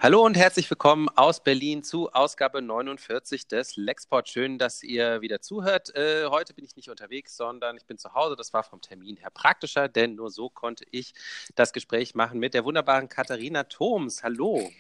Hallo und herzlich willkommen aus Berlin zu Ausgabe 49 des Lexport. Schön, dass ihr wieder zuhört. Heute bin ich nicht unterwegs, sondern ich bin zu Hause. Das war vom Termin her praktischer, denn nur so konnte ich das Gespräch machen mit der wunderbaren Katharina Thoms. Hallo.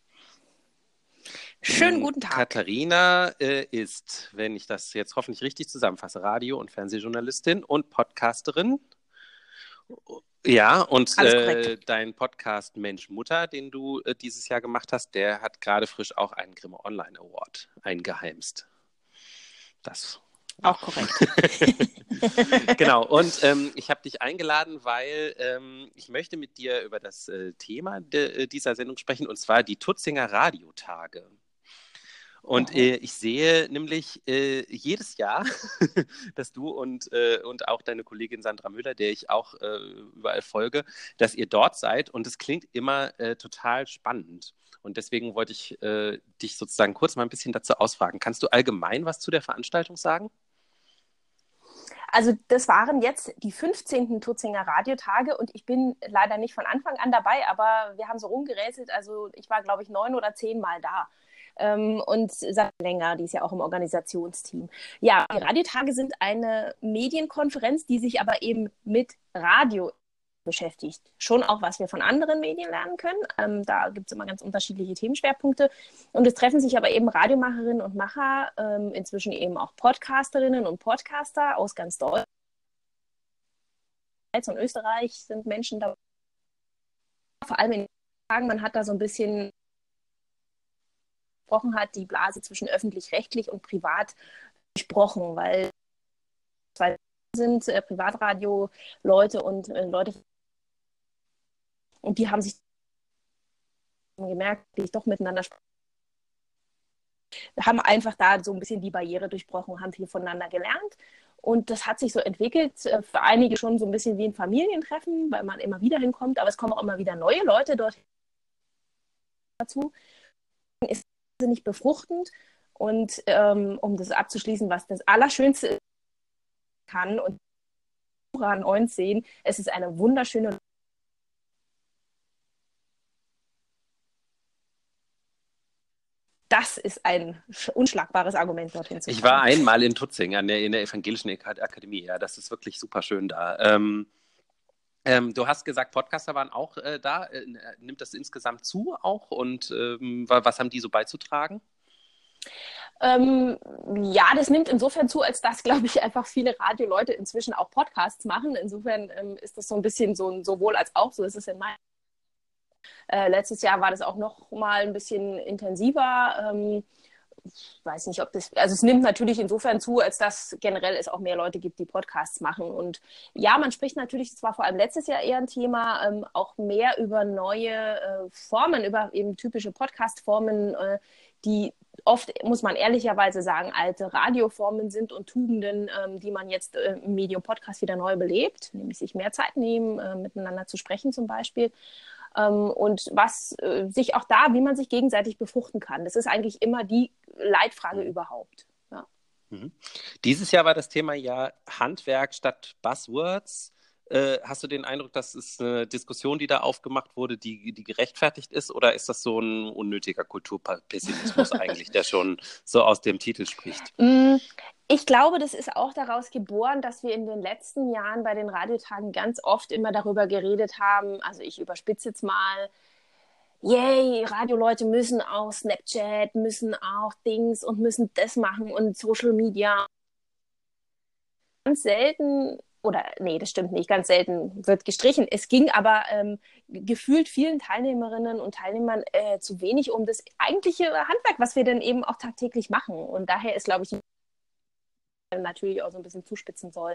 Schönen guten Tag. Katharina ist, wenn ich das jetzt hoffentlich richtig zusammenfasse, Radio- und Fernsehjournalistin und Podcasterin. Ja, und dein Podcast Mensch Mutter, den du dieses Jahr gemacht hast, der hat gerade frisch auch einen Grimme Online Award eingeheimst. Das auch korrekt. Genau, und ich habe dich eingeladen, weil ich möchte mit dir über das Thema dieser Sendung sprechen, und zwar die Tuetzinger Radiotage. Und ich sehe nämlich jedes Jahr, dass du und auch deine Kollegin Sandra Müller, der ich auch überall folge, dass ihr dort seid, und es klingt immer total spannend. Und deswegen wollte ich dich sozusagen kurz mal ein bisschen dazu ausfragen. Kannst du allgemein was zu der Veranstaltung sagen? Also das waren jetzt die 15. Tuetzinger Radiotage und ich bin leider nicht von Anfang an dabei, aber wir haben so rumgerätselt. Also ich war, glaube ich, 9 oder 10 Mal da. Und länger, die ist ja auch im Organisationsteam. Ja, die Radiotage sind eine Medienkonferenz, die sich aber eben mit Radio beschäftigt. Schon auch, was wir von anderen Medien lernen können. Da gibt es immer ganz unterschiedliche Themenschwerpunkte. Und es treffen sich aber eben Radiomacherinnen und Macher, inzwischen eben auch Podcasterinnen und Podcaster aus ganz Deutschland. Und Österreich sind Menschen da. Vor allem in den Tagen, man hat da so ein bisschen gesprochen, hat die Blase zwischen öffentlich-rechtlich und privat gesprochen, weil zwei sind Privatradio-Leute und Leute, und die haben sich gemerkt, die doch miteinander sprechen, haben einfach da so ein bisschen die Barriere durchbrochen, haben viel voneinander gelernt. Und das hat sich so entwickelt, für einige schon so ein bisschen wie ein Familientreffen, weil man immer wieder hinkommt, aber es kommen auch immer wieder neue Leute dort dazu. Ist nicht befruchtend. Und um das abzuschließen, was das Allerschönste ist, kann und an uns sehen, es ist eine wunderschöne. Das ist ein unschlagbares Argument, dorthin zu kommen. Ich war einmal in Tutzing in der Evangelischen Akademie. Ja, das ist wirklich super schön da. Du hast gesagt, Podcaster waren auch da. Nimmt das insgesamt zu auch? Und was haben die so beizutragen? Ja, das nimmt insofern zu, als dass, glaube ich, einfach viele Radioleute inzwischen auch Podcasts machen. Insofern ist das so ein bisschen so ein sowohl als auch. So ist es in meinem. Letztes Jahr war das auch noch mal ein bisschen intensiver. Ich weiß nicht, ob das, also es nimmt natürlich insofern zu, als dass generell es auch mehr Leute gibt, die Podcasts machen. Und ja, man spricht natürlich, das war vor allem letztes Jahr eher ein Thema, auch mehr über neue Formen, über eben typische Podcast-Formen, die oft, muss man ehrlicherweise sagen, alte Radioformen sind und Tugenden, die man jetzt im Medium Podcast wieder neu belebt, nämlich sich mehr Zeit nehmen, miteinander zu sprechen zum Beispiel. Und was sich auch da, wie man sich gegenseitig befruchten kann. Das ist eigentlich immer die Leitfrage überhaupt. Ja. Dieses Jahr war das Thema ja Handwerk statt Buzzwords. Hast du den Eindruck, das ist eine Diskussion, die da aufgemacht wurde, die gerechtfertigt ist, oder ist das so ein unnötiger Kulturpessimismus eigentlich, der schon so aus dem Titel spricht? Ich glaube, das ist auch daraus geboren, dass wir in den letzten Jahren bei den Radiotagen ganz oft immer darüber geredet haben, also ich überspitze jetzt mal, yay, Radioleute müssen auch Snapchat, müssen auch Dings und müssen das machen und Social Media. Ganz selten, oder nee, das stimmt nicht, ganz selten wird gestrichen. Es ging aber gefühlt vielen Teilnehmerinnen und Teilnehmern zu wenig um das eigentliche Handwerk, was wir dann eben auch tagtäglich machen. Und daher ist, glaube ich, natürlich auch so ein bisschen zuspitzen soll.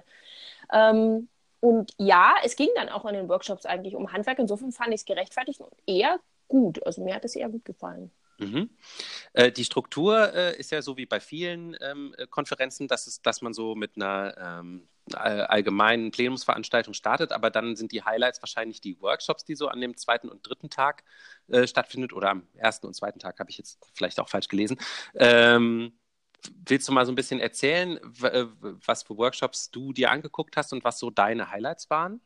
Und ja, es ging dann auch in den Workshops eigentlich um Handwerk. Insofern fand ich es gerechtfertigt und eher gut. Also mir hat es eher gut gefallen. Die Struktur ist ja so wie bei vielen Konferenzen, dass man so mit einer allgemeinen Plenumsveranstaltung startet, aber dann sind die Highlights wahrscheinlich die Workshops, die so an dem 2. und 3. Tag stattfindet, oder am 1. und 2. Tag, habe ich jetzt vielleicht auch falsch gelesen. Willst du mal so ein bisschen erzählen, was für Workshops du dir angeguckt hast und was so deine Highlights waren?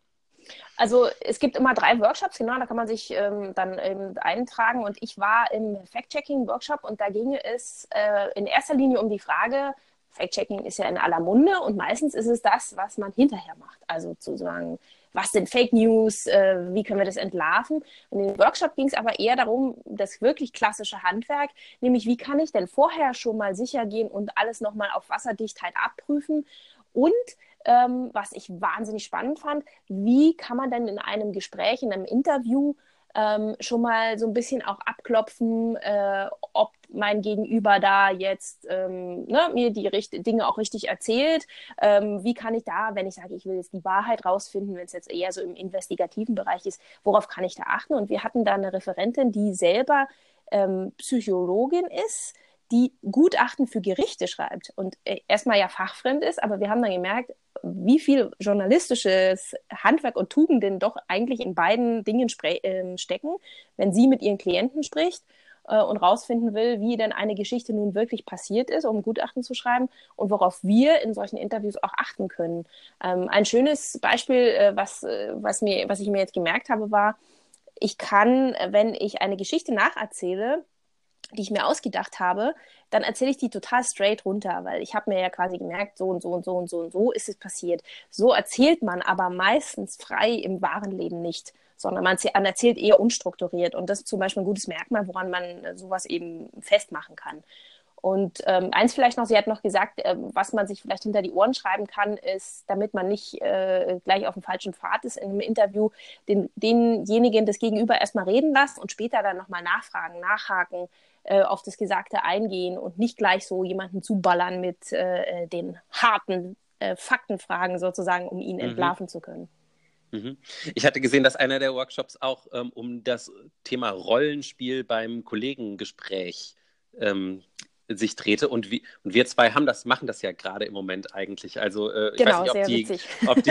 Also es gibt immer 3 Workshops, genau, da kann man sich dann eintragen. Und ich war im Fact-Checking-Workshop und da ging es in erster Linie um die Frage, Fact-Checking ist ja in aller Munde und meistens ist es das, was man hinterher macht. Also zu sagen, was sind Fake News, wie können wir das entlarven? Und im Workshop ging es aber eher darum, das wirklich klassische Handwerk, nämlich wie kann ich denn vorher schon mal sicher gehen und alles nochmal auf Wasserdichtheit abprüfen und was ich wahnsinnig spannend fand, wie kann man denn in einem Gespräch, in einem Interview schon mal so ein bisschen auch abklopfen, ob mein Gegenüber da jetzt mir die Dinge auch richtig erzählt. Wie kann ich da, wenn ich sage, ich will jetzt die Wahrheit rausfinden, wenn es jetzt eher so im investigativen Bereich ist, worauf kann ich da achten? Und wir hatten da eine Referentin, die selber Psychologin ist, die Gutachten für Gerichte schreibt und erstmal ja fachfremd ist, aber wir haben dann gemerkt, wie viel journalistisches Handwerk und Tugenden doch eigentlich in beiden Dingen stecken, wenn sie mit ihren Klienten spricht und rausfinden will, wie denn eine Geschichte nun wirklich passiert ist, um Gutachten zu schreiben und worauf wir in solchen Interviews auch achten können. Ein schönes Beispiel, was ich mir jetzt gemerkt habe, war, ich kann, wenn ich eine Geschichte nacherzähle, die ich mir ausgedacht habe, dann erzähle ich die total straight runter, weil ich habe mir ja quasi gemerkt, so und so und so und so und so ist es passiert. So erzählt man aber meistens frei im wahren Leben nicht, sondern man erzählt eher unstrukturiert. Und das ist zum Beispiel ein gutes Merkmal, woran man sowas eben festmachen kann. Und eins vielleicht noch, sie hat noch gesagt, was man sich vielleicht hinter die Ohren schreiben kann, ist, damit man nicht gleich auf dem falschen Pfad ist in einem Interview, denjenigen das Gegenüber erstmal reden lassen und später dann nochmal nachfragen, nachhaken, auf das Gesagte eingehen und nicht gleich so jemanden zuballern mit den harten Faktenfragen sozusagen, um ihn entlarven zu können. Ich hatte gesehen, dass einer der Workshops auch um das Thema Rollenspiel beim Kollegengespräch sich drehte und wir zwei machen das ja gerade im Moment eigentlich. Also ich weiß nicht,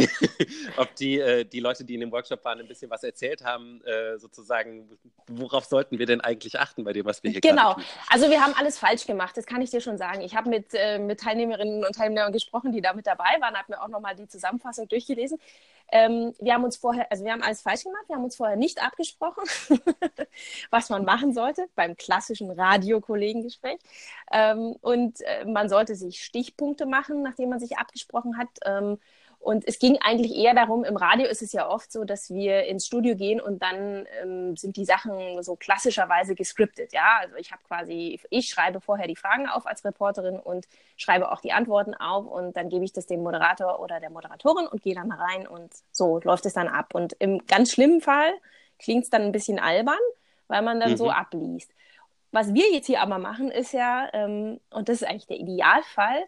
ob die Leute, die in dem Workshop waren, ein bisschen was erzählt haben, sozusagen, worauf sollten wir denn eigentlich achten bei dem, was wir hier gerade tun? Also wir haben alles falsch gemacht, das kann ich dir schon sagen. Ich habe mit Teilnehmerinnen und Teilnehmern gesprochen, die da mit dabei waren, habe mir auch nochmal die Zusammenfassung durchgelesen. Wir haben alles falsch gemacht, wir haben uns vorher nicht abgesprochen, was man machen sollte beim klassischen Radio-Kollegengespräch. Und man sollte sich Stichpunkte machen, nachdem man sich abgesprochen hat. Und es ging eigentlich eher darum, im Radio ist es ja oft so, dass wir ins Studio gehen und dann sind die Sachen so klassischerweise gescriptet. Ja, also ich schreibe vorher die Fragen auf als Reporterin und schreibe auch die Antworten auf und dann gebe ich das dem Moderator oder der Moderatorin und gehe dann rein und so läuft es dann ab. Und im ganz schlimmen Fall klingt es dann ein bisschen albern, weil man dann so abliest. Was wir jetzt hier aber machen, ist ja, und das ist eigentlich der Idealfall,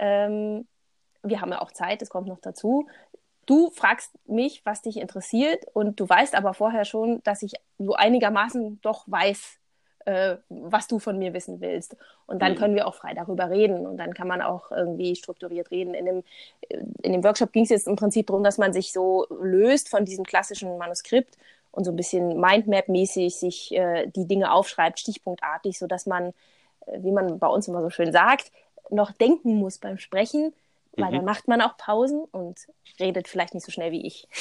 wir haben ja auch Zeit, das kommt noch dazu. Du fragst mich, was dich interessiert und du weißt aber vorher schon, dass ich so einigermaßen doch weiß, was du von mir wissen willst. Und dann können wir auch frei darüber reden und dann kann man auch irgendwie strukturiert reden. In dem Workshop ging es jetzt im Prinzip darum, dass man sich so löst von diesem klassischen Manuskript und so ein bisschen Mindmap-mäßig sich die Dinge aufschreibt, stichpunktartig, sodass man, wie man bei uns immer so schön sagt, noch denken muss beim Sprechen, weil dann macht man auch Pausen und redet vielleicht nicht so schnell wie ich.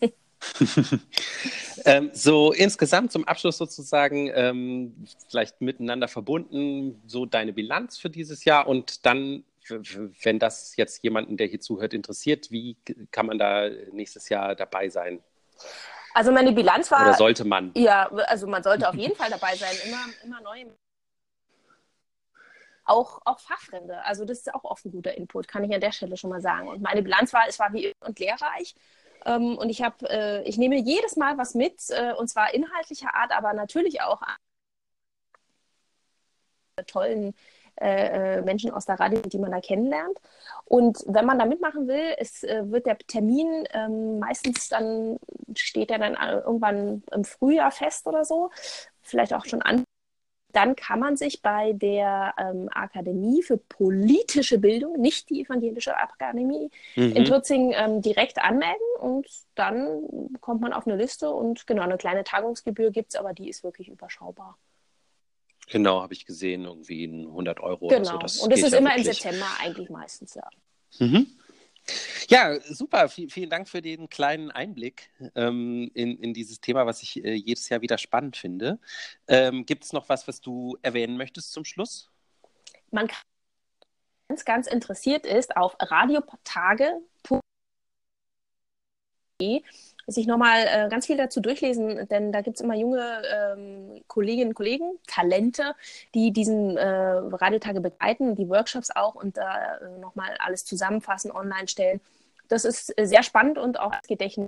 So insgesamt zum Abschluss sozusagen vielleicht miteinander verbunden, so deine Bilanz für dieses Jahr und dann, wenn das jetzt jemanden, der hier zuhört, interessiert, wie kann man da nächstes Jahr dabei sein? Also meine Bilanz war... Oder sollte man? Ja, also man sollte auf jeden Fall dabei sein, immer neu. Auch Fachfremde. Also das ist auch oft ein guter Input, kann ich an der Stelle schon mal sagen. Und meine Bilanz war, es war wie und lehrreich. Und ich nehme jedes Mal was mit, und zwar inhaltlicher Art, aber natürlich auch tollen Menschen aus der Radio, die man da kennenlernt. Und wenn man da mitmachen will, wird der Termin meistens dann, steht er dann irgendwann im Frühjahr fest oder so, vielleicht auch schon an. Dann kann man sich bei der Akademie für politische Bildung, nicht die Evangelische Akademie, in Tutzing direkt anmelden und dann kommt man auf eine Liste und genau, eine kleine Tagungsgebühr gibt es, aber die ist wirklich überschaubar. Genau, habe ich gesehen, irgendwie 100 € genau. oder so. Das und das ist ja immer wirklich. Im September eigentlich meistens, ja. Ja, super. Vielen Dank für den kleinen Einblick in dieses Thema, was ich jedes Jahr wieder spannend finde. Gibt es noch was du erwähnen möchtest zum Schluss? Man kann ganz interessiert ist, auf radiotage.de sich nochmal ganz viel dazu durchlesen, denn da gibt es immer junge Kolleginnen und Kollegen, Talente, die diesen Radiotage begleiten, die Workshops auch und da nochmal alles zusammenfassen, online stellen. Das ist sehr spannend und auch als Gedächtnis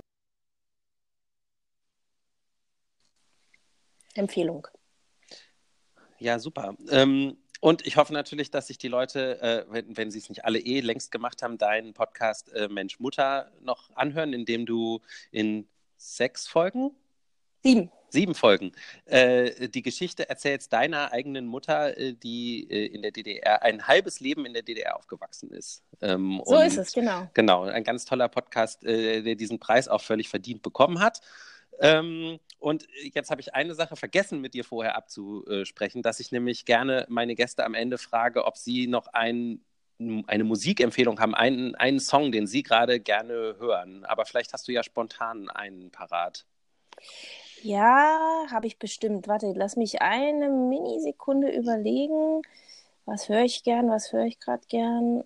Empfehlung. Ja, super. Und ich hoffe natürlich, dass sich die Leute, wenn sie es nicht alle längst gemacht haben, deinen Podcast Mensch Mutter noch anhören, indem du in 6 Folgen? 7. 7 Folgen. Die Geschichte erzählst deiner eigenen Mutter, die in der DDR ein halbes Leben in der DDR aufgewachsen ist. So ist es, genau. Genau, ein ganz toller Podcast, der diesen Preis auch völlig verdient bekommen hat. Und jetzt habe ich eine Sache vergessen, mit dir vorher abzusprechen, dass ich nämlich gerne meine Gäste am Ende frage, ob sie noch eine Musikempfehlung haben, einen Song, den sie gerade gerne hören. Aber vielleicht hast du ja spontan einen parat. Ja, habe ich bestimmt. Warte, lass mich eine Minisekunde überlegen. Was höre ich gern? Was höre ich gerade gern?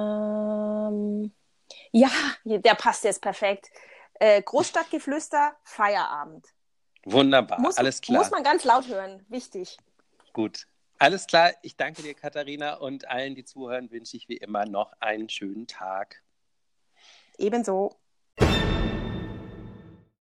Ja, der passt jetzt perfekt. Großstadtgeflüster, Feierabend. Wunderbar, alles Muss klar. man ganz laut hören. Wichtig. Gut. Alles klar, ich danke dir, Katharina, und allen, die zuhören, wünsche ich wie immer noch einen schönen Tag. Ebenso.